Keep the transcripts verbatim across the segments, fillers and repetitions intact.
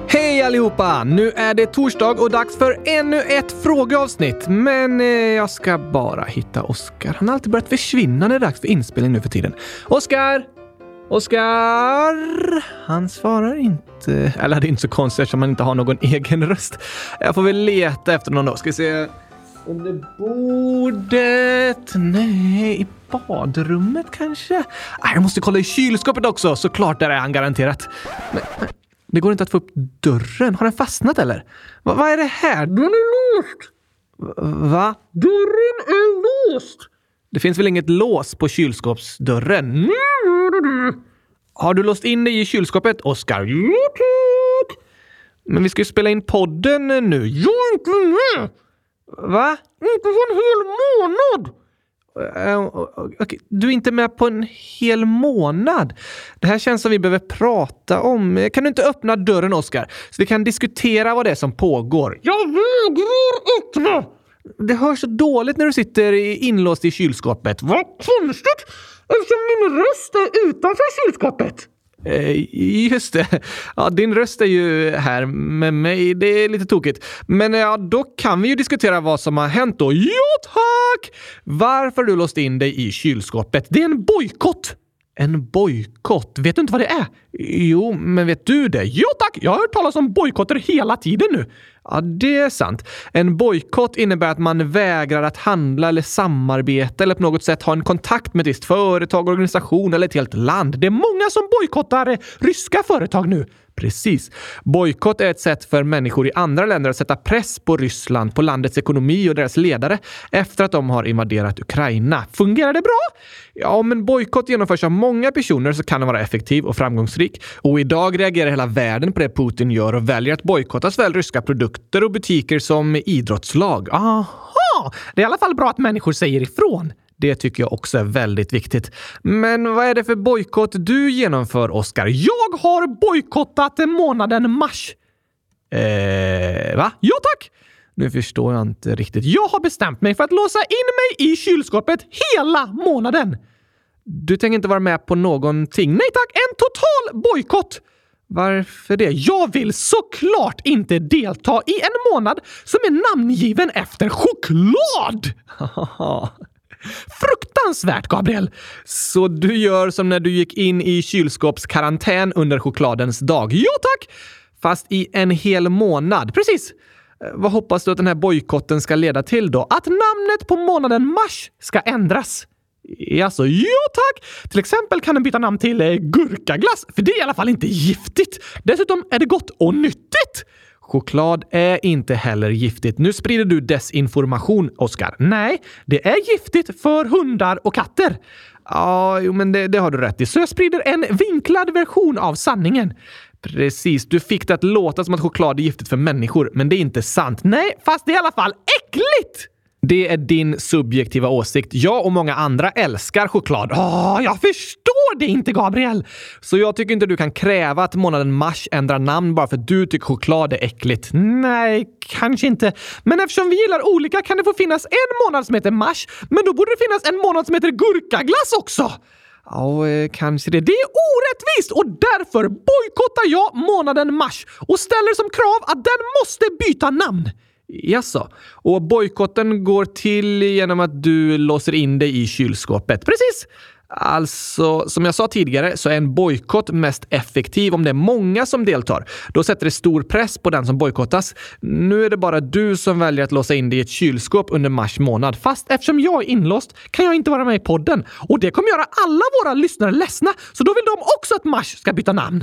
Hej allihopa! Nu är det torsdag och dags för ännu ett frågeavsnitt. Men eh, jag ska bara hitta Oskar. Han har alltid börjat försvinna när det är dags för inspelning nu för tiden. Oskar! Oskar! Han svarar inte. Eller det är inte så konstigt eftersom han inte har någon egen röst. Jag får väl leta efter någon då. Ska vi se. Under bordet? Nej, i badrummet kanske? Ah, jag måste kolla i kylskåpet också. Såklart, där är han garanterat. Men, men det går inte att få upp dörren. Har den fastnat eller? Va, vad är det här? Den är låst! Va? Dörren är låst! Det finns väl inget lås på kylskåpsdörren? Har du låst in dig i kylskåpet, Oskar? Men vi ska ju spela in podden nu. Jag är inte med! Va? Inte för en hel månad! Uh, okay. Du är inte med på en hel månad. Det här känns som vi behöver prata om. Kan du inte öppna dörren, Oskar? Så vi kan diskutera vad det är som pågår. Jag vägrar öppna! Det hörs så dåligt när du sitter inlåst i kylskåpet. Vad konstigt! Eftersom min röst är utanför kylskåpet. Eh, just det. Ja, din röst är ju här med mig. Det är lite tokigt. Men ja, då kan vi ju diskutera vad som har hänt då. Ja, tack! Varför har du låst in dig i kylskåpet? Det är en bojkott. En bojkott? Vet du inte vad det är? Jo, men vet du det? Ja, tack! Jag har hört talas om bojkotter hela tiden nu. Ja, det är sant. En bojkott innebär att man vägrar att handla eller samarbeta eller på något sätt ha en kontakt med ett visst företag, organisation eller ett helt land. Det är många som bojkottar ryska företag nu. Precis. Bojkott är ett sätt för människor i andra länder att sätta press på Ryssland, på landets ekonomi och deras ledare efter att de har invaderat Ukraina. Fungerar det bra? Ja, om en bojkott genomförs av många personer så kan den vara effektiv och framgångsrik. Och idag reagerar hela världen på det Putin gör och väljer att bojkotta såväl ryska produkter och butiker som idrottslag. Aha! Det är i alla fall bra att människor säger ifrån. Det tycker jag också är väldigt viktigt. Men vad är det för bojkott du genomför, Oskar? Jag har bojkottat månaden mars. Eh, va? Ja, tack! Nu förstår jag inte riktigt. Jag har bestämt mig för att låsa in mig i kylskåpet hela månaden. Du tänker inte vara med på någonting? Nej tack, en total bojkott! Varför det? Jag vill såklart inte delta i en månad som är namngiven efter choklad! Fruktansvärt, Gabriel! Så du gör som när du gick in i kylskåpskarantän under chokladens dag. Ja tack! Fast i en hel månad. Precis! Vad hoppas du att den här bojkotten ska leda till då? Att namnet på månaden mars ska ändras. Alltså, ja tack! Till exempel kan den byta namn till eh, gurkaglass, för det är i alla fall inte giftigt. Dessutom är det gott och nyttigt. Choklad är inte heller giftigt. Nu sprider du desinformation, Oskar. Nej, det är giftigt för hundar och katter. Ja, jo, men det, det har du rätt i. Så jag sprider en vinklad version av sanningen. Precis, du fick det att låta som att choklad är giftigt för människor, men det är inte sant. Nej, fast det är i alla fall äckligt! Det är din subjektiva åsikt. Jag och många andra älskar choklad. Åh, jag förstår det inte, Gabriel! Så jag tycker inte du kan kräva att månaden mars ändrar namn bara för att du tycker choklad är äckligt. Nej, kanske inte. Men eftersom vi gillar olika kan det få finnas en månad som heter mars, men då borde det finnas en månad som heter gurkaglass också. Ja, kanske det. Det är orättvist och därför bojkottar jag månaden mars och ställer som krav att den måste byta namn. Jaså. Och bojkotten går till genom att du låser in dig i kylskåpet. Precis. Alltså, som jag sa tidigare så är en bojkott mest effektiv om det är många som deltar. Då sätter det stor press på den som bojkottas. Nu är det bara du som väljer att låsa in dig i ett kylskåp under mars månad. Fast eftersom jag är inlåst kan jag inte vara med i podden. Och det kommer göra alla våra lyssnare ledsna. Så då vill de också att mars ska byta namn.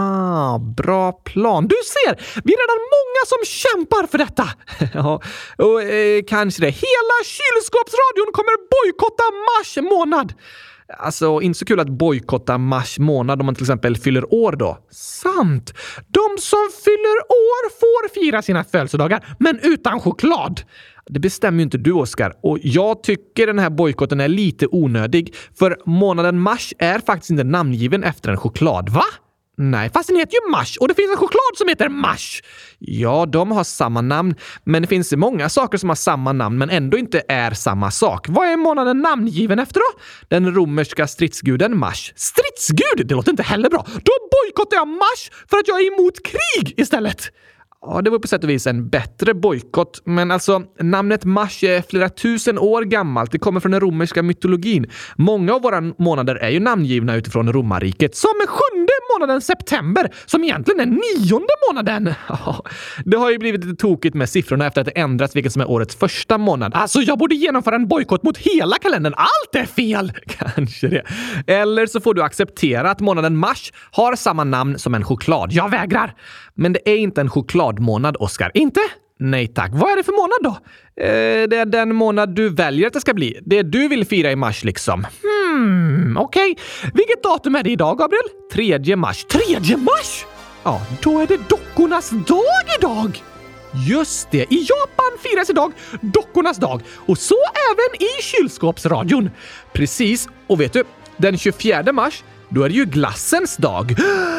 Ah, bra plan. Du ser, vi är redan många som kämpar för detta. Ja, och eh, kanske det. Hela kylskåpsradion kommer bojkotta mars månad. Alltså, inte så kul att bojkotta mars månad om man till exempel fyller år då. Sant! De som fyller år får fira sina födelsedagar, men utan choklad. Det bestämmer ju inte du, Oskar. Och jag tycker den här bojkotten är lite onödig. För månaden mars är faktiskt inte namngiven efter en choklad, va? Nej, fast den heter ju Mars och det finns en choklad som heter Mars. Ja, de har samma namn, men det finns många saker som har samma namn men ändå inte är samma sak. Vad är månaden namngiven efter då? Den romerska stridsguden Mars. Stridsgud? Det låter inte heller bra. Då bojkottar jag Mars för att jag är emot krig istället. Ja, det var på sätt och vis en bättre bojkott. Men alltså, namnet Mars är flera tusen år gammalt. Det kommer från den romerska mytologin. Många av våra månader är ju namngivna utifrån romarriket. Som sjunde månaden september, som egentligen är nionde månaden. Ja, det har ju blivit lite tokigt med siffrorna efter att det ändrats vilket som är årets första månad. Alltså, jag borde genomföra en bojkott mot hela kalendern. Allt är fel! Kanske det. Eller så får du acceptera att månaden Mars har samma namn som en choklad. Jag vägrar! Men det är inte en chokladmånad, Oskar. Inte? Nej tack. Vad är det för månad då? Eh, det är den månad du väljer att det ska bli. Det du vill fira i mars liksom. Hmm, okej. Okay. Vilket datum är det idag, Gabriel? tredje mars. tredje mars? Ja, då är det dockornas dag idag. Just det. I Japan firas idag dockornas dag. Och så även i kylskåpsradion. Precis. Och vet du, den tjugofjärde mars, då är det ju glassens dag.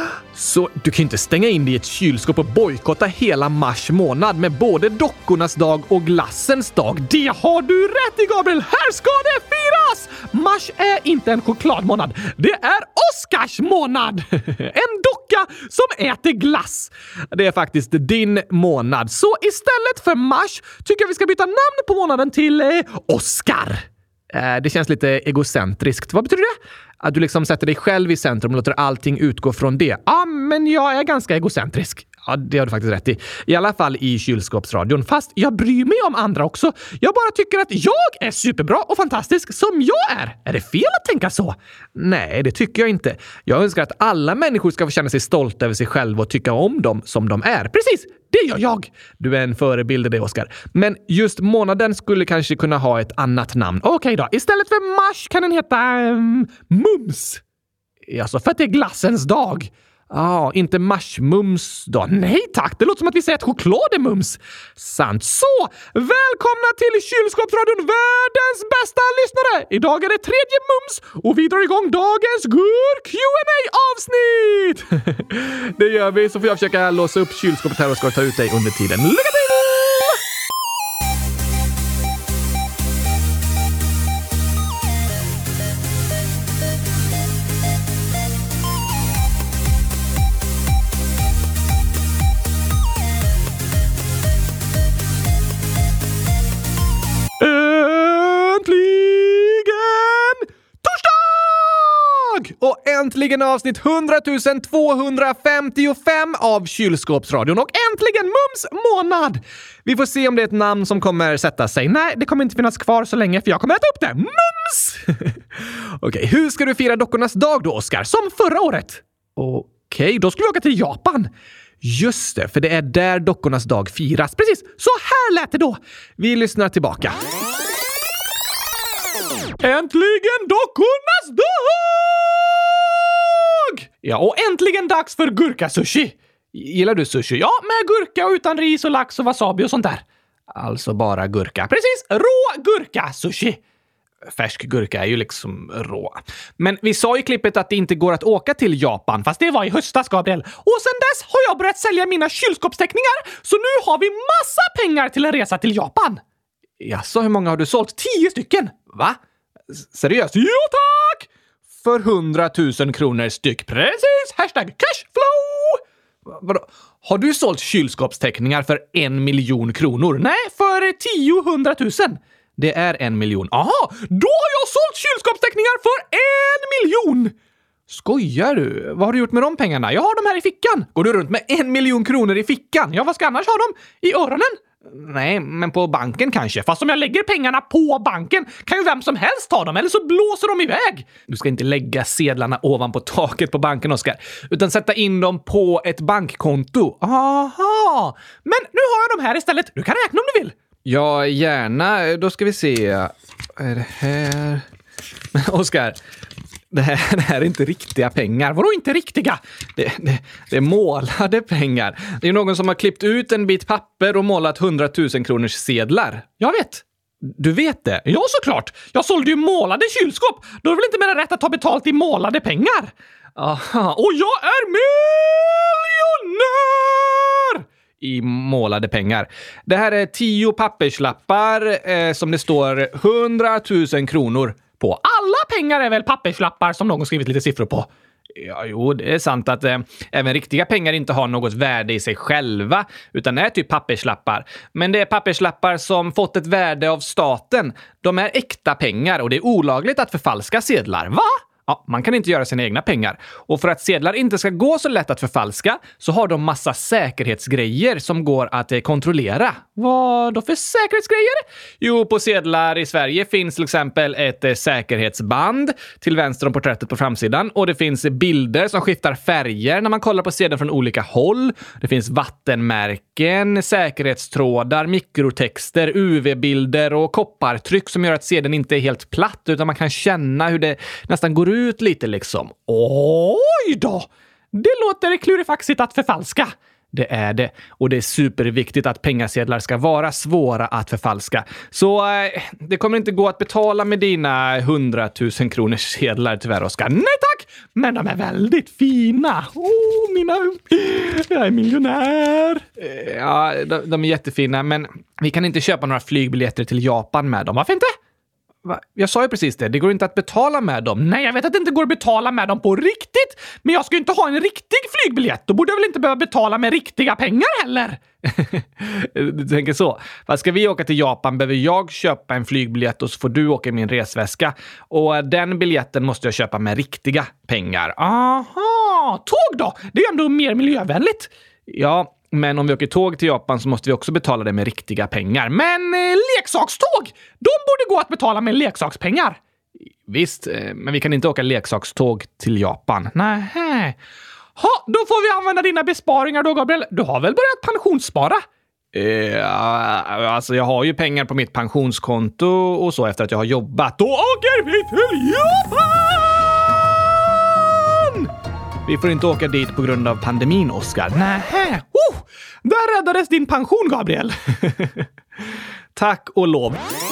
Så du kan inte stänga in dig i ett kylskåp och bojkotta hela mars månad med både dockornas dag och glassens dag. Det har du rätt i, Gabriel! Här ska det firas! Mars är inte en chokladmånad. Det är Oscars månad! En docka som äter glass. Det är faktiskt din månad. Så istället för mars tycker jag vi ska byta namn på månaden till eh, Oscar. Det känns lite egocentriskt. Vad betyder det? Att du liksom sätter dig själv i centrum och låter allting utgå från det. Ja, men jag är ganska egocentrisk. Ja, det har du faktiskt rätt i. I alla fall i kylskåpsradion. Fast jag bryr mig om andra också. Jag bara tycker att jag är superbra och fantastisk som jag är. Är det fel att tänka så? Nej, det tycker jag inte. Jag önskar att alla människor ska få känna sig stolta över sig själva och tycka om dem som de är. Precis! Det gör jag! Du är en förebild i det, Oskar. Men just månaden skulle kanske kunna ha ett annat namn. Okej okay då. Istället för mars kan den heta um, Mums. Alltså för att det är glassens dag. Ja, ah, inte marsmums då. Nej tack, det låter som att vi säger att choklad är mums. Sant. Så, välkomna till Kylskåpsradion, världens bästa lyssnare! Idag är det tredje mums och vi drar igång dagens Gurk Q and A-avsnitt! Det gör vi, så får jag försöka låsa upp kylskåpet här och ska ta ut dig under tiden. Lycka till! Och äntligen avsnitt hundratusen tvåhundrafemtiofem av Kylskåpsradion och äntligen Mums månad! Vi får se om det är ett namn som kommer sätta sig. Nej, det kommer inte finnas kvar så länge för jag kommer äta upp det. Mums! Okej, okay, hur ska du fira dockornas dag då, Oskar? Som förra året? Okej, okay, då skulle vi åka till Japan. Just det, för det är där dockornas dag firas. Precis, så här lät det då. Vi lyssnar tillbaka. Äntligen dockornas dag! Ja, och äntligen dags för gurkasushi. Gillar du sushi? Ja, med gurka och utan ris och lax och wasabi och sånt där. Alltså bara gurka. Precis, rå gurka-sushi. Färsk gurka är ju liksom rå. Men vi sa i klippet att det inte går att åka till Japan, fast det var i höstas, Gabriel. Och sen dess har jag börjat sälja mina kylskåpsteckningar, så nu har vi massa pengar till en resa till Japan. Jaså, hur många har du sålt? Tio stycken. Va? Seriöst? Ja, tack! För hundratusen kronor styck. Precis! Hashtag cashflow! Vadå? Har du sålt kylskåpsteckningar för en miljon kronor? Nej, för tiohundratusen. Det är en miljon. Aha, då har jag sålt kylskåpsteckningar för en miljon! Skojar du? Vad har du gjort med de pengarna? Jag har dem här i fickan. Går du runt med en miljon kronor i fickan? Ja, vad ska annars ha dem? I öronen? Nej, men på banken kanske. Fast om jag lägger pengarna på banken kan ju vem som helst ta dem, eller så blåser de iväg. Du ska inte lägga sedlarna ovanpå taket på banken, Oskar, utan sätta in dem på ett bankkonto. Aha! Men nu har jag dem här istället. Du kan räkna om du vill. Ja, gärna. Då ska vi se. Vad är det här? Men Oskar, det här, det här är inte riktiga pengar. Vadå inte riktiga? Det, det, det är målade pengar. Det är någon som har klippt ut en bit papper och målat hundratusen kronors sedlar. Jag vet. Du vet det? Ja, såklart. Jag sålde ju målade kylskåp. Då är det väl inte mer rätt att ta betalt i målade pengar? Aha. Och jag är miljonär! I målade pengar. Det här är tio papperslappar eh, som det står hundratusen kronor på. Alla pengar är väl papperslappar som någon skrivit lite siffror på? Ja, jo, det är sant att eh, även riktiga pengar inte har något värde i sig själva, utan det är typ papperslappar. Men det är papperslappar som fått ett värde av staten. De är äkta pengar och det är olagligt att förfalska sedlar. Va? Ja, man kan inte göra sina egna pengar. Och för att sedlar inte ska gå så lätt att förfalska så har de massa säkerhetsgrejer som går att eh, kontrollera. Vad då för säkerhetsgrejer? Jo, på sedlar i Sverige finns till exempel ett eh, säkerhetsband till vänster om porträttet på framsidan. Och det finns bilder som skiftar färger när man kollar på sedeln från olika håll. Det finns vattenmärken, säkerhetstrådar, mikrotexter, U V-bilder och koppartryck som gör att sedeln inte är helt platt utan man kan känna hur det nästan går ut ut lite liksom. Oj då! Det låter klurifaxigt att förfalska. Det är det. Och det är superviktigt att pengasedlar ska vara svåra att förfalska. Så eh, det kommer inte gå att betala med dina hundratusen kronors sedlar tyvärr, Oskar. Nej tack! Men de är väldigt fina. Åh, oh, mina... Jag är miljonär. Eh, ja, de, de är jättefina. Men vi kan inte köpa några flygbiljetter till Japan med dem. Varför inte? Va? Jag sa ju precis det. Det går inte att betala med dem. Nej, jag vet att det inte går att betala med dem på riktigt. Men jag ska ju inte ha en riktig flygbiljett. Då borde jag väl inte behöva betala med riktiga pengar heller. Du tänker så. Fast ska vi åka till Japan behöver jag köpa en flygbiljett och så får du åka i min resväska. Och den biljetten måste jag köpa med riktiga pengar. Aha, tåg då? Det är ändå mer miljövänligt. Ja, men om vi åker tåg till Japan så måste vi också betala det med riktiga pengar. Men eh, leksakståg! De borde gå att betala med leksakspengar. Visst, eh, men vi kan inte åka leksakståg till Japan. Nähä. Ha, då får vi använda dina besparingar då, Gabriel. Du har väl börjat pensionsspara? Eh, alltså, jag har ju pengar på mitt pensionskonto och så efter att jag har jobbat. Då åker vi till Japan! Vi får inte åka dit på grund av pandemin, Oskar. Nähä. Oh, där räddades din pension, Gabriel. Tack och lov.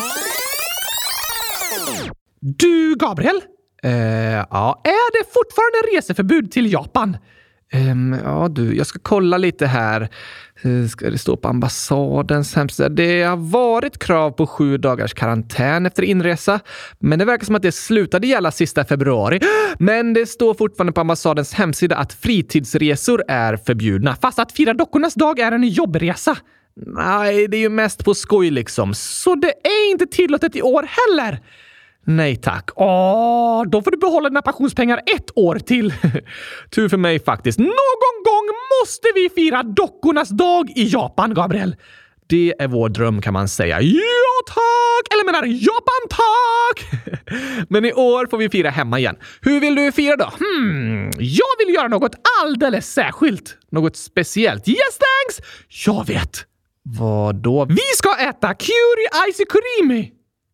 Du, Gabriel? Uh, ja, är det fortfarande reseförbud till Japan? Um, ja du, jag ska kolla lite här. Uh, ska det stå på ambassadens hemsida? Det har varit krav på sju dagars karantän efter inresa. Men det verkar som att det slutade gälla sista februari. Men det står fortfarande på ambassadens hemsida att fritidsresor är förbjudna. Fast att fira dockornas dag är en jobbresa. Nej, det är ju mest på skoj liksom. Så det är inte tillåtet i år heller. Nej tack. Åh, då får du behålla dina pensionspengar ett år till. Tur för mig faktiskt. Någon gång måste vi fira dockornas dag i Japan, Gabriel. Det är vår dröm kan man säga. Ja tack! Eller menar Japan tack! Men i år får vi fira hemma igen. Hur vill du fira då? Hmm, jag vill göra något alldeles särskilt. Något speciellt. Yes thanks! Jag vet. Vad då? Vi ska äta Kyuri Ice Kurimi.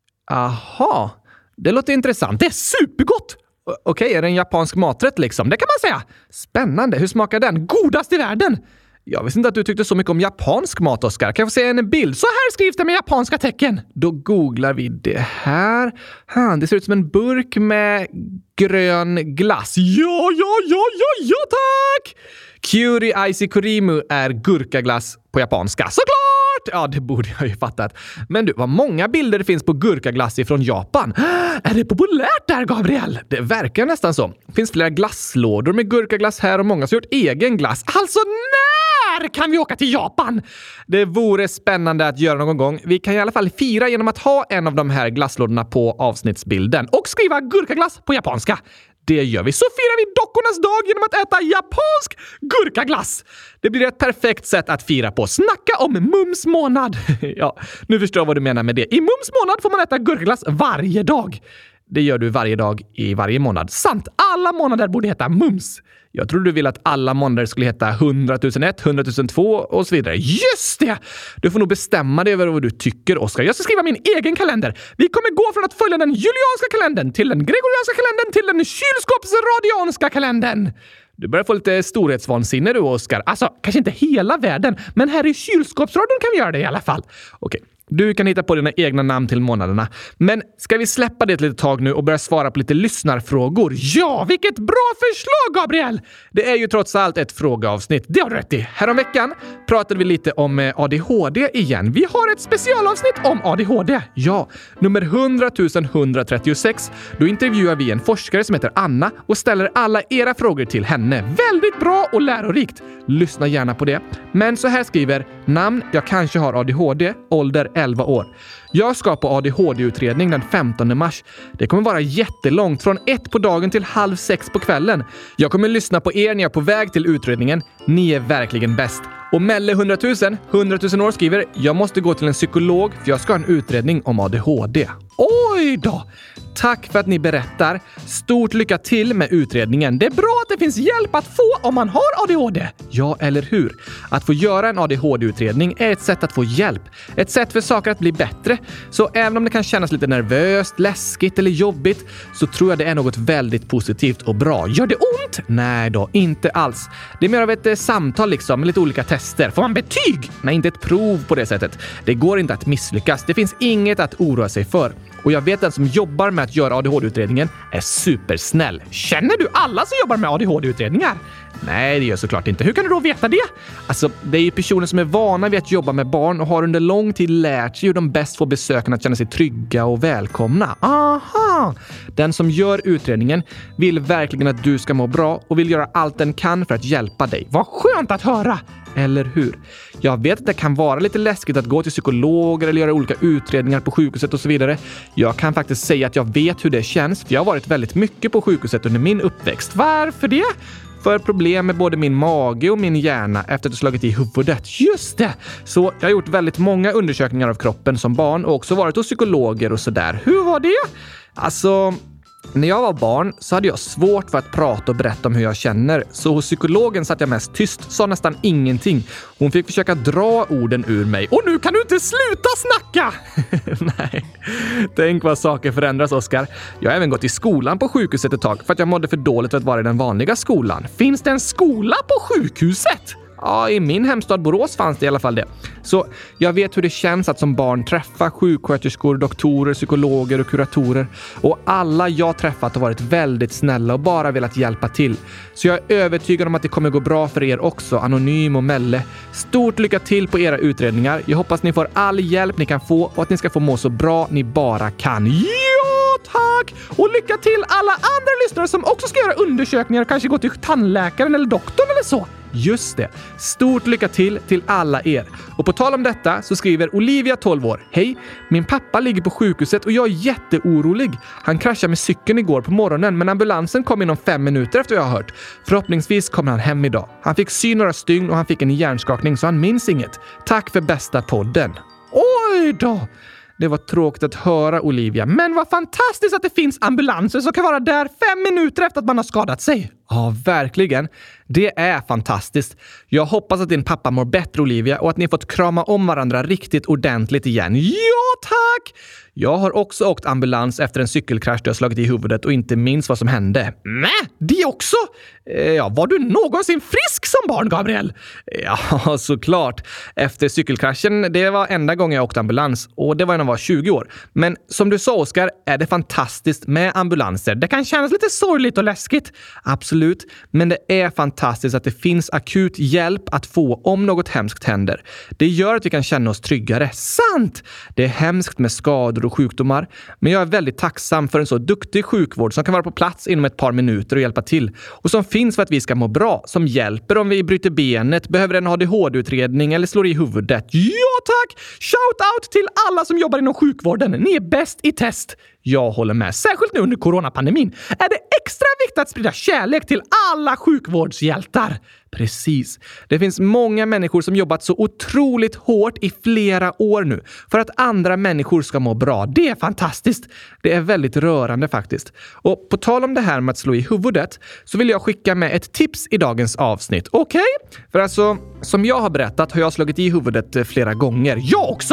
Aha. Det låter intressant. Det är supergott! Okej, okay, är det en japansk maträtt liksom? Det kan man säga. Spännande. Hur smakar den? Godast i världen! Jag visste inte att du tyckte så mycket om japansk mat, Oskar. Kan jag få se en bild? Så här skrivs det med japanska tecken. Då googlar vi det här. Ha, det ser ut som en burk med grön glass. Ja, ja, ja, ja, ja, tack! Kyuri Ice Kurimu är gurkaglass på japanska. Såklart! Ja, det borde jag ju fattat. Men du, vad många bilder det finns på gurkaglass från Japan. Är det populärt där, Gabriel? Det verkar nästan så. Det finns flera glasslådor med gurkaglass här och många som gjort egen glass. Alltså, när kan vi åka till Japan? Det vore spännande att göra någon gång. Vi kan i alla fall fira genom att ha en av de här glasslådorna på avsnittsbilden och skriva gurkaglass på japanska. Det gör vi. Så firar vi dockornas dag genom att äta japansk gurkaglass. Det blir ett perfekt sätt att fira på. Snacka om mums månad. Ja, nu förstår jag vad du menar med det. I mums månad får man äta gurkaglass varje dag. Det gör du varje dag i varje månad. Sant, alla månader borde heta mums. Jag tror du vill att alla månader skulle heta hundratusen ett, hundratusen två och så vidare. Just det! Du får nog bestämma dig över vad du tycker, Oskar. Jag ska skriva min egen kalender. Vi kommer gå från att följa den julianska kalendern till den gregorianska kalendern till den kylskåpsradianska kalendern. Du börjar få lite storhetsvansinne du, Oskar. Alltså, kanske inte hela världen, men här i kylskåpsradion kan vi göra det i alla fall. Okej. Du kan hitta på dina egna namn till månaderna. Men ska vi släppa det ett litet tag nu och börja svara på lite lyssnarfrågor? Ja, vilket bra förslag, Gabriel! Det är ju trots allt ett frågeavsnitt. Det har du rätt i. Häromveckan pratade vi lite om A D H D igen. Vi har ett specialavsnitt om A D H D. Ja, nummer hundra tusen etthundratrettiosex. Då intervjuar vi en forskare som heter Anna och ställer alla era frågor till henne. Väldigt bra och lärorikt. Lyssna gärna på det. Men så här skriver namn, jag kanske har A D H D, ålder elva år. Jag ska på A D H D-utredning den femtonde mars. Det kommer vara jättelångt, från ett på dagen till halv sex på kvällen. Jag kommer lyssna på er när jag är på väg till utredningen. Ni är verkligen bäst. Och Melle hundra tusen, hundra tusen år skriver, jag måste gå till en psykolog för jag ska ha en utredning om A D H D. Oj då! Tack för att ni berättar. Stort lycka till med utredningen. Det är bra att det finns hjälp att få om man har A D H D. Ja, eller hur? Att få göra en A D H D-utredning är ett sätt att få hjälp. Ett sätt för saker att bli bättre. Så även om det kan kännas lite nervöst, läskigt eller jobbigt så tror jag det är något väldigt positivt och bra. Gör det ont? Nej då, inte alls. Det är mer av ett eh, samtal liksom med lite olika tester. Får man betyg? Nej, inte ett prov på det sättet. Det går inte att misslyckas. Det finns inget att oroa sig för. Och jag vet att den som jobbar med att göra A D H D-utredningen är supersnäll. Känner du alla som jobbar med A D H D-utredningar? Nej, det gör såklart inte. Hur kan du då veta det? Alltså, det är ju personer som är vana vid att jobba med barn och har under lång tid lärt sig hur de bäst får besökarna att känna sig trygga och välkomna. Aha! Den som gör utredningen vill verkligen att du ska må bra och vill göra allt den kan för att hjälpa dig. Vad skönt att höra! Eller hur? Jag vet att det kan vara lite läskigt att gå till psykologer eller göra olika utredningar på sjukhuset och så vidare. Jag kan faktiskt säga att jag vet hur det känns, för jag har varit väldigt mycket på sjukhuset under min uppväxt. Varför det? För problem med både min mage och min hjärna efter att ha slagit i huvudet. Just det! Så jag har gjort väldigt många undersökningar av kroppen som barn och också varit hos psykologer och sådär. Hur var det? Alltså... När jag var barn så hade jag svårt för att prata och berätta om hur jag känner. Så hos psykologen satt jag mest tyst, sa nästan ingenting. Hon fick försöka dra orden ur mig. Och nu kan du inte sluta snacka! Nej, tänk vad saker förändras, Oskar. Jag har även gått i skolan på sjukhuset ett tag för att jag mådde för dåligt för att vara i den vanliga skolan. Finns det en skola på sjukhuset? Ja, i min hemstad Borås fanns det i alla fall det. Så jag vet hur det känns att som barn träffa sjuksköterskor, doktorer, psykologer och kuratorer. Och alla jag träffat har varit väldigt snälla och bara velat hjälpa till. Så jag är övertygad om att det kommer gå bra för er också, Anonym och Melle. Stort lycka till på era utredningar. Jag hoppas ni får all hjälp ni kan få och att ni ska få må så bra ni bara kan. Ja, tack! Och lycka till alla andra lyssnare som också ska göra undersökningar och kanske gå till tandläkaren eller doktorn eller så. Just det. Stort lycka till till alla er. Och på tal om detta så skriver Olivia, tolv år. Hej, min pappa ligger på sjukhuset och jag är jätteorolig. Han kraschade med cykeln igår på morgonen men ambulansen kom inom fem minuter efter jag har hört. Förhoppningsvis kommer han hem idag. Han fick sy några stygn och han fick en hjärnskakning så han minns inget. Tack för bästa podden. Oj då! Det var tråkigt att höra, Olivia. Men vad fantastiskt att det finns ambulanser som kan vara där fem minuter efter att man har skadat sig. Ja, verkligen. Det är fantastiskt. Jag hoppas att din pappa mår bättre, Olivia, och att ni fått krama om varandra riktigt ordentligt igen. Ja, tack! Jag har också åkt ambulans efter en cykelkrasch där jag slagit i huvudet och inte minns vad som hände. Nä, det också? Ja, var du någonsin frisk som barn, Gabriel? Ja, såklart. Efter cykelkraschen, det var enda gången jag åkte ambulans och det var när jag var tjugo år. Men som du sa, Oskar, är det fantastiskt med ambulanser. Det kan kännas lite sorgligt och läskigt. Absolut, men det är fantastiskt att det finns akut hjälp att få om något hemskt händer. Det gör att vi kan känna oss tryggare. Sant! Det är hemskt med skador och sjukdomar, men jag är väldigt tacksam för en så duktig sjukvård som kan vara på plats inom ett par minuter och hjälpa till. Och som finns för att vi ska må bra, som hjälper om vi bryter benet, behöver en A D H D-utredning eller slår i huvudet. Ja tack! Shout out till alla som jobbar inom sjukvården. Ni är bäst i test. Jag håller med. Särskilt nu under coronapandemin är det extra viktigt att sprida kärlek till alla sjukvårdshjältar. Precis. Det finns många människor som jobbat så otroligt hårt i flera år nu för att andra människor ska må bra. Det är fantastiskt. Det är väldigt rörande faktiskt. Och på tal om det här med att slå i huvudet så vill jag skicka med ett tips i dagens avsnitt. Okej? Okay? För alltså, som jag har berättat har jag slagit i huvudet flera gånger. Jag också!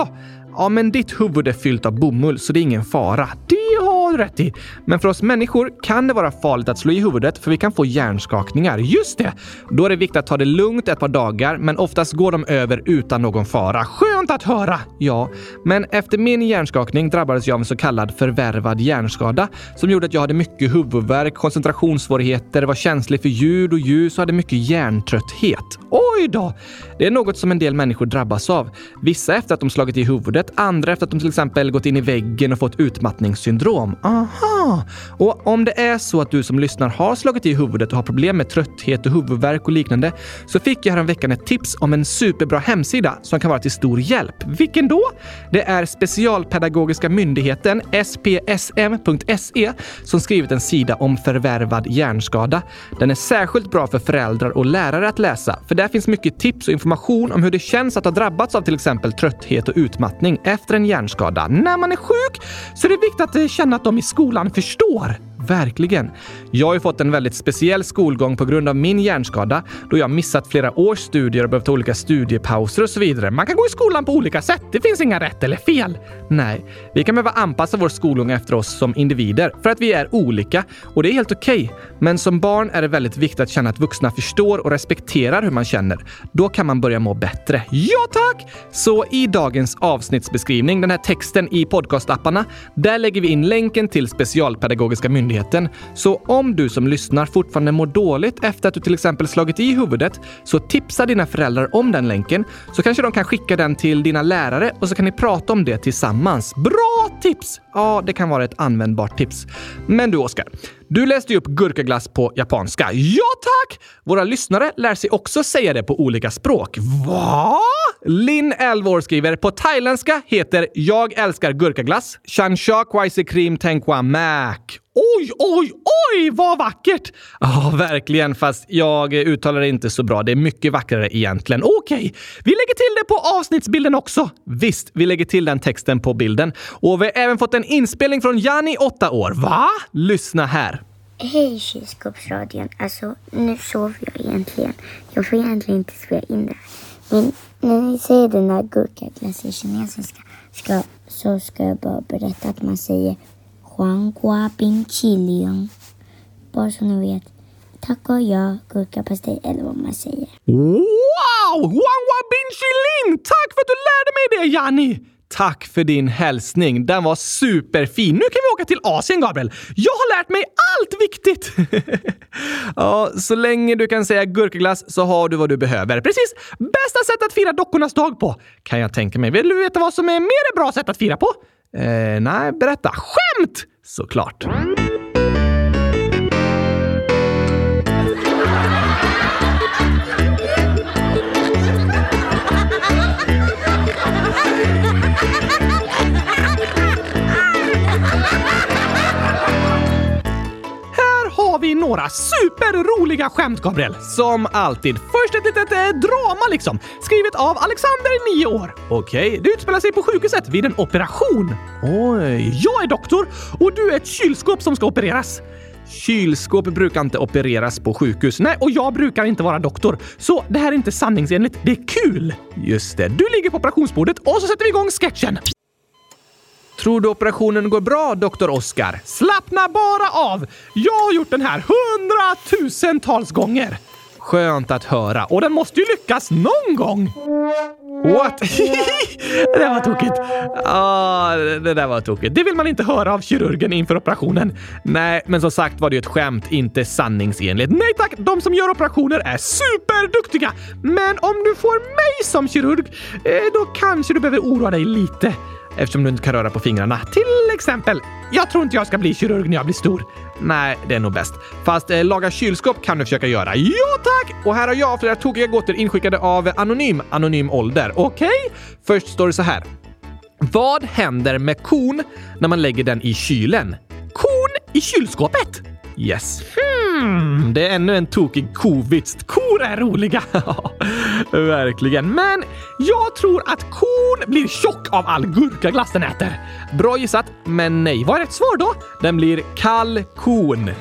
Ja, men ditt huvud är fyllt av bomull så det är ingen fara. Det har du rätt i. Men för oss människor kan det vara farligt att slå i huvudet för vi kan få hjärnskakningar. Just det! Då är det viktigt att ta det lugnt ett par dagar, men oftast går de över utan någon fara. Skönt att höra! Ja, men efter min hjärnskakning drabbades jag av en så kallad förvärvad hjärnskada som gjorde att jag hade mycket huvudvärk, koncentrationssvårigheter, var känslig för ljud och ljus och hade mycket hjärntrötthet. Oj då! Det är något som en del människor drabbas av. Vissa efter att de slagit i huvudet, andra efter att de till exempel gått in i väggen och fått utmattningssyndrom. Aha! Och om det är så att du som lyssnar har slagit i huvudet och har problem med trötthet och huvudvärk och liknande, så fick jag häromveckan ett tips om en superbra hemsida som kan vara till stor hjälp. Vilken då? Det är Specialpedagogiska myndigheten S P S M punkt S E som skrivit en sida om förvärvad hjärnskada. Den är särskilt bra för föräldrar och lärare att läsa, för där finns mycket tips och information om hur det känns att ha drabbats av till exempel trötthet och utmattning efter en hjärnskada. När man är sjuk så är det viktigt att känna att de i skolan förstår. Verkligen. Jag har ju fått en väldigt speciell skolgång på grund av min hjärnskada då jag missat flera års studier och behövt ta olika studiepauser och så vidare. Man kan gå i skolan på olika sätt. Det finns inga rätt eller fel. Nej, vi kan behöva anpassa vår skolgång efter oss som individer för att vi är olika och det är helt okej. Okay. Men som barn är det väldigt viktigt att känna att vuxna förstår och respekterar hur man känner. Då kan man börja må bättre. Ja tack! Så i dagens avsnittsbeskrivning, den här texten i podcastapparna, där lägger vi in länken till Specialpedagogiska myndigheten. Så om du som lyssnar fortfarande mår dåligt efter att du till exempel slagit i huvudet, så tipsa dina föräldrar om den länken, så kanske de kan skicka den till dina lärare och så kan ni prata om det tillsammans. Bra tips! Ja, det kan vara ett användbart tips. Men du Oskar, du läste ju upp gurkaglass på japanska. Ja tack! Våra lyssnare lär sig också säga det på olika språk. Va? Lin, elva år, skriver på thailändska heter jag älskar gurkaglass. Chansha kwaise cream tenkwa mak. Oj, oj, oj, vad vackert! Ja, verkligen, fast jag uttalar det inte så bra. Det är mycket vackrare egentligen. Okej, vi lägger till det på avsnittsbilden också. Visst, vi lägger till den texten på bilden. Och vi har även fått en inspelning från Jani, åtta år. Va? Lyssna här. Hej kylskåpsradion, alltså nu sover jag egentligen. Jag får egentligen inte spela in det. Men när ni säger den här gurkaglass i kinesiska ska, så ska jag bara berätta att man säger Huanghua Bing Chiliang. Bara så ni vet. Tack och jag, gurkapastej eller vad man säger. Wow! Huanghua Bing Chiling! Tack för att du lärde mig det, Jani! Tack för din hälsning. Den var superfin. Nu kan vi åka till Asien, Gabriel. Jag har lärt mig allt viktigt. Ja, så länge du kan säga gurkaglass så har du vad du behöver. Precis. Bästa sätt att fira dockornas dag på. Kan jag tänka mig. Vill du veta vad som är mer bra sätt att fira på? Eh, nej, berätta. Skämt! Såklart. Har vi några superroliga skämt, Gabriel. Som alltid. Först ett litet eh, drama liksom. Skrivet av Alexander, nio år. Okej, okay. Det utspelar sig på sjukhuset vid en operation. Oj, jag är doktor och du är ett kylskåp som ska opereras. Kylskåp brukar inte opereras på sjukhus. Nej, och jag brukar inte vara doktor. Så det här är inte sanningsenligt. Det är kul. Just det, du ligger på operationsbordet och så sätter vi igång sketchen. Tror du operationen går bra, doktor Oskar? Slappna bara av! Jag har gjort den här hundratusentals gånger. Skönt att höra. Och den måste ju lyckas någon gång. What? Det där var tokigt. Ah, det där var tokigt. Det vill man inte höra av kirurgen inför operationen. Nej, men som sagt var det ju ett skämt, inte sanningsenligt. Nej tack, de som gör operationer är superduktiga. Men om du får mig som kirurg, då kanske du behöver oroa dig lite. Eftersom du inte kan röra på fingrarna. Till exempel, jag tror inte jag ska bli kirurg när jag blir stor. Nej, det är nog bäst. Fast eh, laga kylskåp kan du försöka göra. Ja tack! Och här har jag flera tokiga gåtor inskickade av Anonym, Anonym ålder. Okej? Okay? Först står det så här. Vad händer med kon när man lägger den i kylen? Kon i kylskåpet? Yes. Hmm, det är ännu en tokig kovits. Kor är roliga. Verkligen. Men jag tror att kon blir tjock av all gurkaglass den äter. Bra gissat, men nej. Vad är rätt svar då? Den blir kalkon.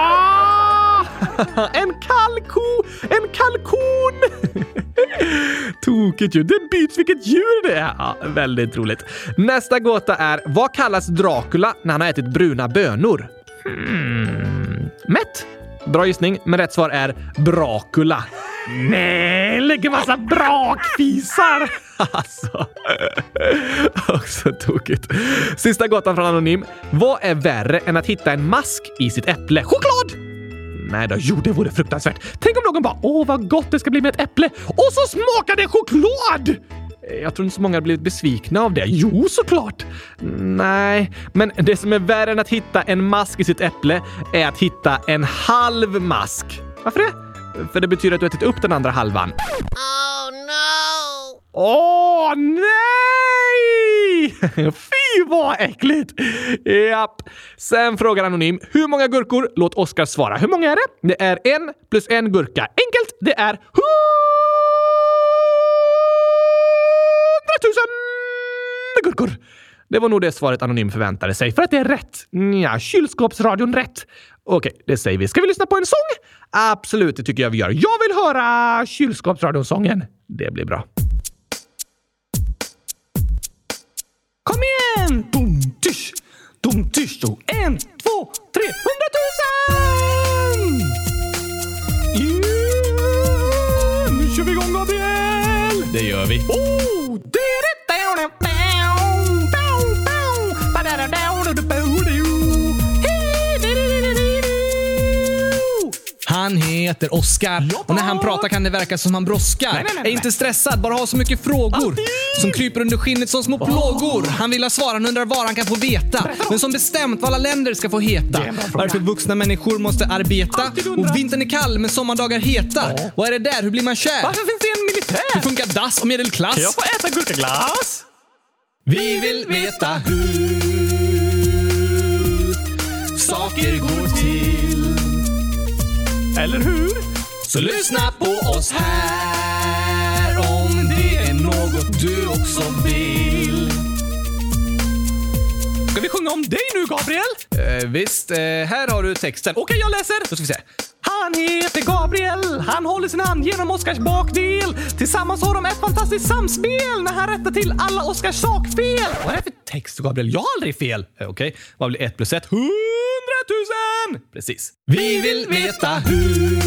Ah! En kalko! En kalkon! Tokigt ju. Det byts vilket djur det är. Ja, väldigt roligt. Nästa gåta är, vad kallas Dracula när han har ätit bruna bönor? Hmm. Mätt. Bra gissning, men rätt svar är Dracula. Nej, lägger massa brakfisar. Alltså. Också tokigt. Sista gåtan från Anonym. Vad är värre än att hitta en mask i sitt äpple? Choklad! Nej då, jo det vore fruktansvärt. Tänk om någon bara, åh vad gott det ska bli med ett äpple. Och så smakar det choklad! Jag tror inte så många har blivit besvikna av det. Jo, såklart. Nej, men det som är värre än att hitta en mask i sitt äpple är att hitta en halv mask. Varför det? För det betyder att du har ätit upp den andra halvan. Oh no! Åh, nej! Fy, vad äckligt! Japp. Sen frågar Anonym, hur många gurkor? Låt Oskar svara. Hur många är det? Det är en plus en gurka. Enkelt, det är hundratusen gurkor. Det var nog det svaret Anonym förväntade sig. För att det är rätt. Ja, kylskåpsradion rätt. Okej, det säger vi. Ska vi lyssna på en sång? Absolut, det tycker jag vi gör. Jag vill höra kylskåpsradion-sången. Det blir bra. Kom igen! Dum, tysch, dum, tysch, dum. En, två, tre, hundratusen! Yeah! Nu kör vi igång, Gabriel! Det gör vi. Oh! Han heter Oskar. Ja. Och när han pratar kan det verka som han brådskar. Nej, nej, nej, är inte stressad, bara har så mycket frågor Alltid. som kryper under skinnet som små plågor. Han vill ha svar, han undrar var han kan få veta. Men som bestämt vad alla länder ska få heta. Varför vuxna människor måste arbeta. Och vintern är kall men sommardagar heta. Ja. Vad är det där? Hur blir man kär? Varför finns det en militär? Hur funkar dass och medelklass? Kan jag få äta gurkaglass? Vi vill veta hur saker går till. Eller hur? Så lyssna på oss här om det är något du också vill. Ska vi sjunga om dig nu, Gabriel? Eh, visst, eh, här har du texten. Okej, jag läser. Då ska vi se. Han heter Gabriel. Han håller sin hand genom Oskars bakdel. Tillsammans har de ett fantastiskt samspel när han rättar till alla Oskars sakfel. Vad är det för text, Gabriel? Jag har aldrig fel. Eh, Okej, okay. Vad blir ett plus ett? Hundratusen! Precis. Vi vill veta hur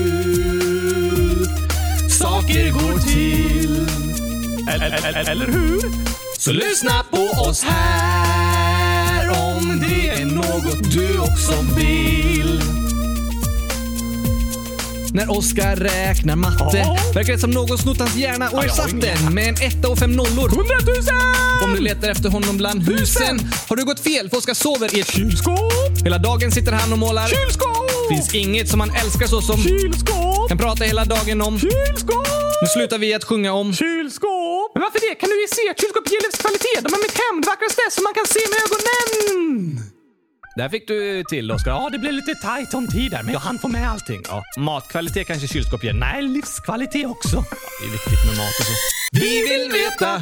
saker går till. Eller, eller, eller hur? Så lyssna på oss här om det är något du också vill. När Oskar räknar matte Oh. verkar det som någon snott hans hjärna och Ja, jag har ersatt ingen den med en etta och fem nollor. Hundratusen! Om du letar efter honom bland husen har du gått fel, för Oskar sover i ett Kylskåp! Hela dagen sitter han och målar. Kylskåp! Finns inget som han älskar så som Kylskåp! kan prata hela dagen om. Kylskåp! Nu slutar vi att sjunga om. Kylskåp! Men varför det? Kan du ju se att kylskåp ger livskvalitet. De är mitt hem, det vackraste som man kan se med ögonen. Där fick du till, Oskar. Ja, det blev lite tajt om tid där, men jag hann få med allting. Ja, matkvalitet kanske kylskåp ger. Nej, livskvalitet också. Ja, det är viktigt med mat och så. Vi vill veta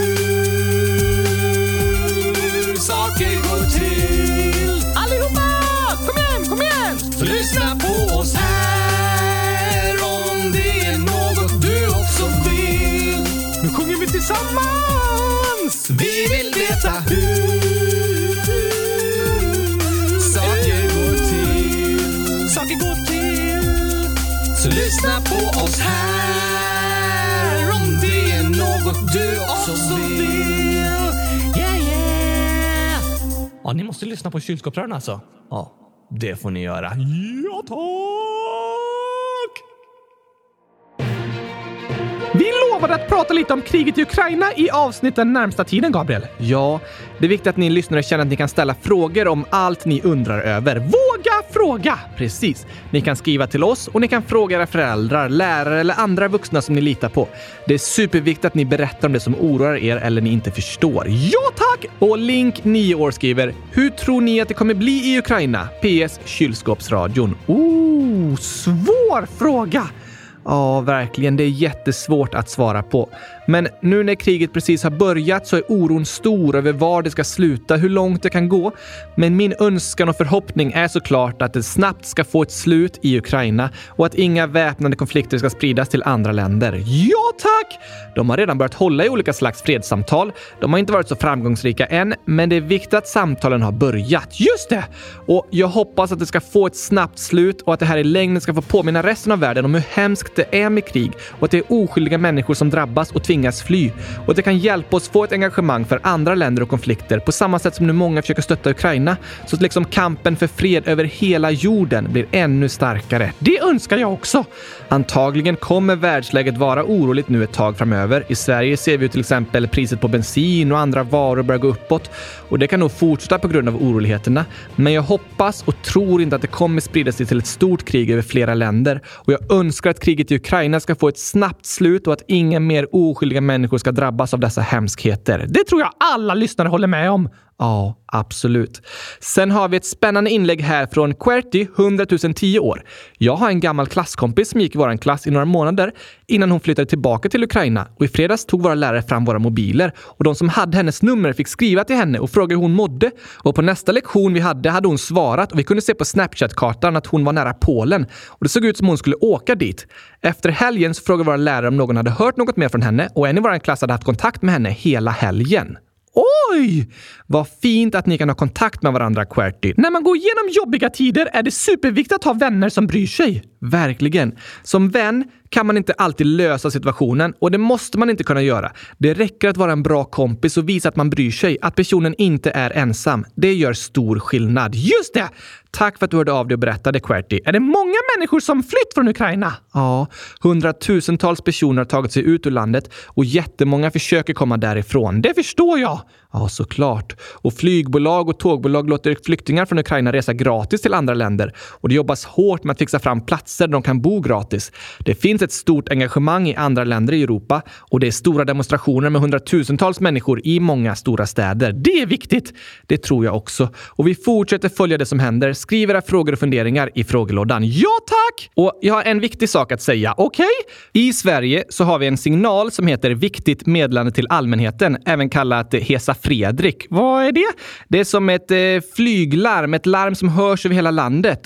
hur saker går till. Allihopa! Kom igen, kom igen! Så lyssna på oss här om det är något du också vill. Nu sjunger vi tillsammans! Vi vill veta hur saker går till. Saker går till. Så lyssna på oss här om det är något du också vill. Yeah, yeah! Ja, ni måste lyssna på kylskåpsrören alltså. Ja, det får ni göra. Ja, tack! Vi lovade att prata lite om kriget i Ukraina i avsnitten närmsta tiden, Gabriel. Ja, det är viktigt att ni lyssnare känner att ni kan ställa frågor om allt ni undrar över. Våga fråga! Precis. Ni kan skriva till oss och ni kan fråga era föräldrar, lärare eller andra vuxna som ni litar på. Det är superviktigt att ni berättar om det som oroar er eller ni inte förstår. Ja, tack! Och Link, nio år, skriver: hur tror ni att det kommer bli i Ukraina? P S. Kylskåpsradion. Oh, svår fråga! Ja, verkligen. Det är jättesvårt att svara på. Men nu när kriget precis har börjat så är oron stor över var det ska sluta, hur långt det kan gå. Men min önskan och förhoppning är såklart att det snabbt ska få ett slut i Ukraina och att inga väpnade konflikter ska spridas till andra länder. Ja tack! De har redan börjat hålla i olika slags fredssamtal. De har inte varit så framgångsrika än, men det är viktigt att samtalen har börjat. Just det! Och jag hoppas att det ska få ett snabbt slut och att det här i längden ska få påminna resten av världen om hur hemskt det är med krig och att det är oskyldiga människor som drabbas och tvingas fly. Och att det kan hjälpa oss få ett engagemang för andra länder och konflikter på samma sätt som nu många försöker stötta Ukraina, så att liksom kampen för fred över hela jorden blir ännu starkare. Det önskar jag också! Antagligen kommer världsläget vara oroligt nu ett tag framöver. I Sverige ser vi till exempel priset på bensin och andra varor börjar gå uppåt och det kan nog fortsätta på grund av oroligheterna. Men jag hoppas och tror inte att det kommer sprida sig till ett stort krig över flera länder och jag önskar att kriget i Ukraina ska få ett snabbt slut och att inga mer oskyldiga människor ska drabbas av dessa hemskheter. Det tror jag alla lyssnare håller med om. Ja, absolut. Sen har vi ett spännande inlägg här från Qwerty, hundratusen tio år. Jag har en gammal klasskompis som gick i vår klass i några månader innan hon flyttade tillbaka till Ukraina. Och i fredags tog våra lärare fram våra mobiler och de som hade hennes nummer fick skriva till henne och fråga hur hon mådde. Och på nästa lektion vi hade hade hon svarat och vi kunde se på Snapchat-kartan att hon var nära Polen. Och det såg ut som hon skulle åka dit. Efter helgen så frågade våra lärare om någon hade hört något mer från henne och en i vår klass hade haft kontakt med henne hela helgen. Oj! Vad fint att ni kan ha kontakt med varandra, Qwerty. När man går igenom jobbiga tider är det superviktigt att ha vänner som bryr sig. Verkligen. Som vän kan man inte alltid lösa situationen och det måste man inte kunna göra. Det räcker att vara en bra kompis och visa att man bryr sig, att personen inte är ensam. Det gör stor skillnad. Just det! Tack för att du hörde av dig och berättade, Qwerty. Är det många människor som flytt från Ukraina? Ja, hundratusentals personer har tagit sig ut ur landet och jättemånga försöker komma därifrån. Det förstår jag. Ja, såklart. Och flygbolag och tågbolag låter flyktingar från Ukraina resa gratis till andra länder. Och det jobbas hårt med att fixa fram platser där de kan bo gratis. Det finns ett stort engagemang i andra länder i Europa och det är stora demonstrationer med hundratusentals människor i många stora städer. Det är viktigt. Det tror jag också. Och vi fortsätter följa det som händer. Skriv era frågor och funderingar i frågelådan. Ja, tack! Och jag har en viktig sak att säga. Okej? Okay? I Sverige så har vi en signal som heter viktigt meddelande till allmänheten, även kallat Hesa Fredrik. Vad är det? Det är som ett eh, flyglarm, ett larm som hörs över hela landet.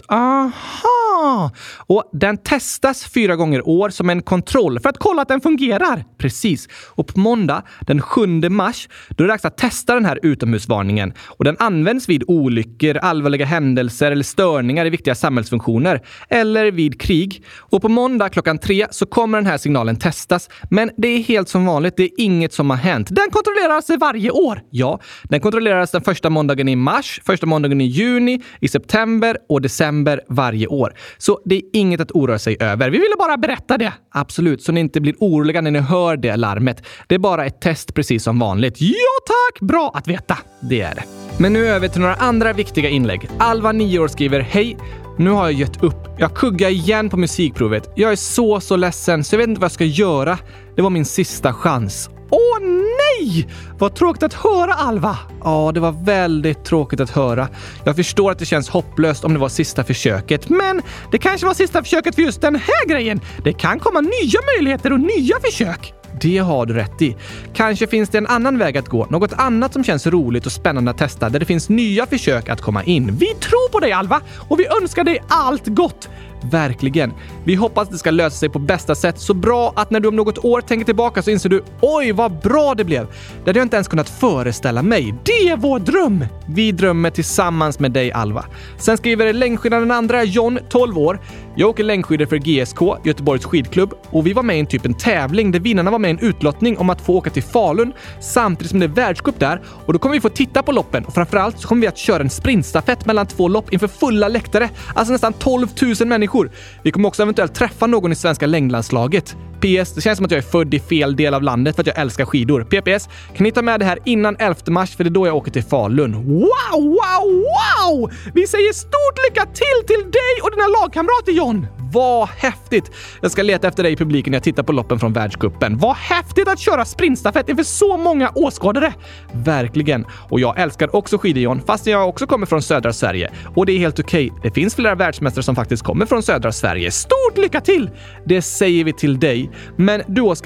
Aha! Och den testas fyra gånger år som en kontroll för att kolla att den fungerar. Precis. Och på måndag, den sjunde mars, då är det dags att testa den här utomhusvarningen. Och den används vid olyckor, allvarliga händelser eller störningar i viktiga samhällsfunktioner eller vid krig. Och på måndag klockan tre så kommer den här signalen testas. Men det är helt som vanligt, det är inget som har hänt. Den kontrolleras varje år. Ja, den kontrolleras den första måndagen i mars, första måndagen i juni, i september och december varje år. Så det är inget att oroa sig över. Vi ville bara berätta det. Absolut, så ni inte blir oroliga när ni hör det larmet. Det är bara ett test precis som vanligt. Ja tack, bra att veta. Det är det. Men nu över till några andra viktiga inlägg. Alva, nio år, skriver: hej, nu har jag gett upp. Jag kuggar igen på musikprovet. Jag är så, så ledsen så jag vet inte vad jag ska göra. Det var min sista chans. Åh nej! Vad tråkigt att höra, Alva. Ja, det var väldigt tråkigt att höra. Jag förstår att det känns hopplöst om det var sista försöket. Men det kanske var sista försöket för just den här grejen. Det kan komma nya möjligheter och nya försök. Det har du rätt i. Kanske finns det en annan väg att gå. Något annat som känns roligt och spännande att testa. Där det finns nya försök att komma in. Vi tror på dig, Alva. Och vi önskar dig allt gott. Verkligen. Vi hoppas att det ska lösa sig på bästa sätt. Så bra att när du om något år tänker tillbaka så inser du: oj, vad bra det blev. Det hade jag inte ens kunnat föreställa mig. Det är vår dröm. Vi drömmer tillsammans med dig, Alva. Sen skriver längdskidaren andra, John, tolv år. Jag åker längdskidor för G S K, Göteborgs skidklubb. Och vi var med i en typ en tävling där vinnarna var med i en utlottning om att få åka till Falun samtidigt som det är världscup där. Och då kommer vi få titta på loppen. Och framförallt så kommer vi att köra en sprintstafett mellan två lopp inför fulla läktare. Alltså nästan tolv tusen människor. Vi kommer också eventuellt träffa någon i svenska längdlandslaget. P S, det känns som att jag är född i fel del av landet för att jag älskar skidor. P P S, kan ni ta med det här innan elfte mars för det är då jag åker till Falun. Wow, wow, wow! Vi säger stort lycka till till dig och dina lagkamrater, John. Vad häftigt! Jag ska leta efter dig i publiken när jag tittar på loppen från världscupen. Vad häftigt att köra sprintstafett inför så många åskådare. Verkligen. Och jag älskar också skidor, John, fast jag också kommer från södra Sverige. Och det är helt okej. Det finns flera världsmästare som faktiskt kommer från södra Sverige. Stort lycka till! Det säger vi till dig. Men du, Oskar,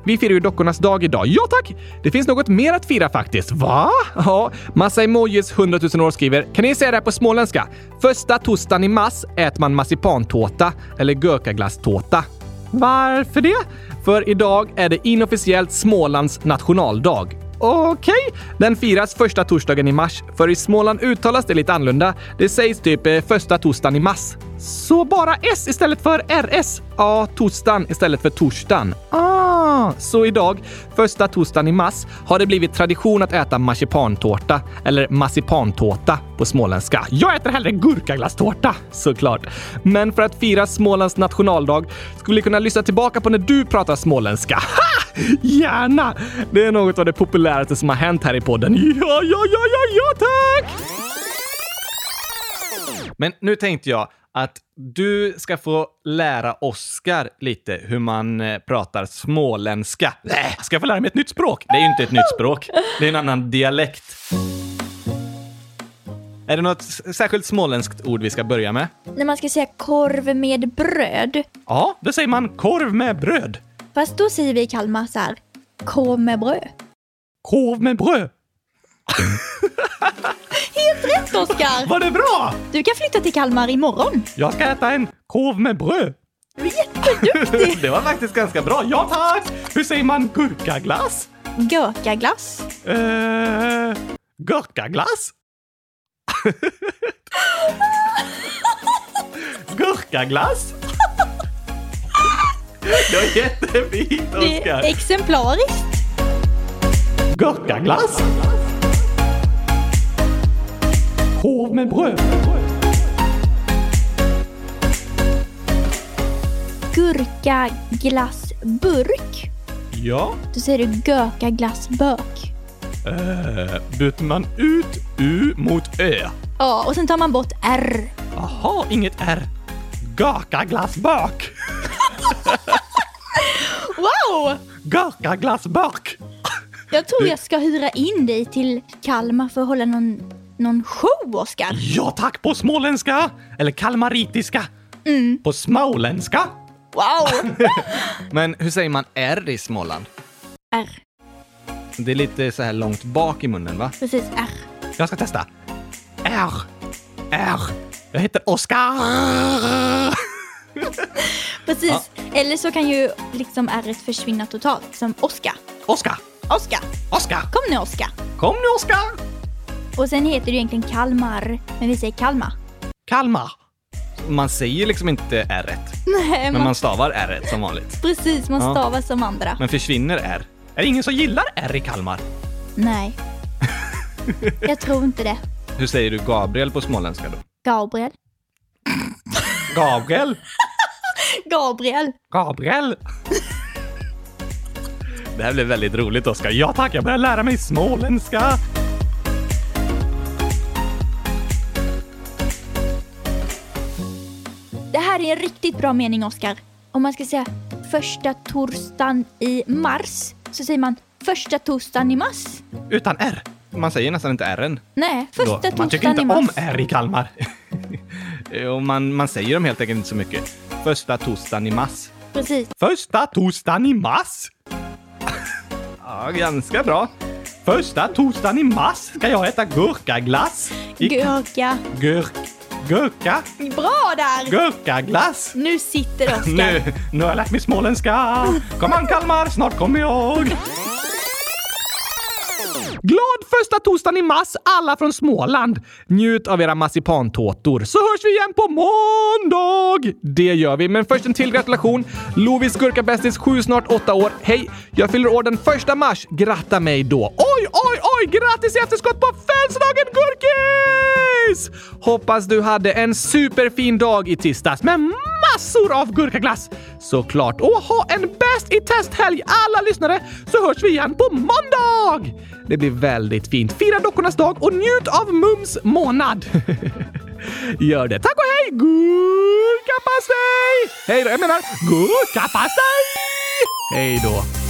Vi firar ju dockornas dag idag. Ja tack! Det finns något mer att fira faktiskt. Va? Ja, massa emojis hundratusen år skriver. Kan ni säga det här på småländska? Första torsdagen i mars äter man marsipantårta eller gurkaglasstårta. Varför det? För idag är det inofficiellt Smålands nationaldag. Okej, okay. Den firas första torsdagen i mars. För i Småland uttalas det lite annorlunda. Det sägs typ eh, första torsdagen i mars. Så bara S istället för R S. Ja, torsdagen istället för torsdagen. Ah, så idag, första torsdagen i mars, har det blivit tradition att äta marsipantårta. Eller marsipantårta på småländska. Jag äter hellre gurkaglasstårta, såklart. Men för att fira Smålands nationaldag skulle vi kunna lyssna tillbaka på när du pratar småländska. Ha! Gärna! Det är något av det populäraste som har hänt här i podden. Ja, ja, ja, ja, ja, tack! Men nu tänkte jag att du ska få lära Oskar lite hur man eh, pratar småländska. Nej, ska jag få lära mig ett nytt språk? Det är ju inte ett nytt språk. Det är en annan dialekt. Är det något särskilt småländskt ord vi ska börja med? När man ska säga korv med bröd. Ja, då säger man korv med bröd. Fast då säger vi i Kalmar så här, korv med bröd. Korv med bröd. Helt rätt, Oskar! Var det bra? Du kan flytta till Kalmar imorgon. Jag ska äta en korv med bröd. Du är jätteduktig. Det var faktiskt ganska bra. Ja, tack! Hur säger man gurkaglass? Gurkaglass. Eh, gurkaglass? Gurkaglass? Det var jättefint, Det Oskar. är exemplariskt. Gurkaglass? Korv med bröd. Gurkaglassburk. Ja. Då säger du gurkaglassburk. Eh, byter man ut U mot Ö? Ja, och sen tar man bort R. Aha, inget R. Gurkaglassburk. Wow! Gurkaglassburk. Jag tror jag ska hyra in dig till Kalmar för att hålla någon, någon show, Oskar. Ja tack, på småländska. Eller kalmaritiska. Mm. På småländska. Wow! Men hur säger man R i Småland? R. Det är lite så här långt bak i munnen, va? Precis, R. Jag ska testa. R. R. Jag heter Oskar. Precis. Ja. Eller så kan ju liksom R försvinna totalt. Som Oskar. Oskar. Oskar. Oskar. Kom nu, Oskar. Kom nu, Oskar. Och sen heter det egentligen Kalmar. Men vi säger Kalmar. Kalmar. Man säger liksom inte R. Nej, Men man... man stavar R som vanligt. Precis, man Ja. stavar som andra. Men försvinner R? Är det ingen som gillar R i Kalmar? Nej. Jag tror inte det. Hur säger du Gabriel på småländska då? Gabriel. Gabriel? Gabriel. Gabriel? Det här blev väldigt roligt, Oskar. Ja tack, jag börjar lära mig småländska. Det här är en riktigt bra mening, Oskar. Om man ska säga första torsdagen i mars så säger man första torsdagen i mars. Utan R. Man säger nästan inte R-en. Nej, första Då, man tycker torsdagen i inte mars. om R i Kalmar. Och man, man säger dem helt enkelt inte så mycket. Första torsdagen i mars. Precis. Första torsdagen i mars. Ja, ganska bra. Första torsdagen i mars ska jag äta gurkaglass. I Gurka. Gurk. Gurka. Bra där! Gurkaglass. Nu sitter det, Oskar. Nu, nu har jag lärt mig småländska. Kom an, Kalmar, snart kommer jag. Glad första torsdagen i mars, alla från Småland. Njut av era marsipantårtor, så hörs vi igen på måndag. Det gör vi, men först en till gratulation. Lovis gurkabästis, sju, snart åtta år. Hej, jag fyller år den första mars. Gratta mig då. Oj, oj, oj, grattis i efterskott på födelsedagen, Gurkis! Hoppas du hade en superfin dag i tisdags med massor av gurkaglass. Såklart. Och ha en bäst i testhelg, alla lyssnare, så hörs vi igen på måndag. Det blir väldigt fint. Fira dockornas dag och njut av Mums månad. Gör det. Tack och hej! Gurkapastej! Hej då, jag menar gurkapastej! Hej då.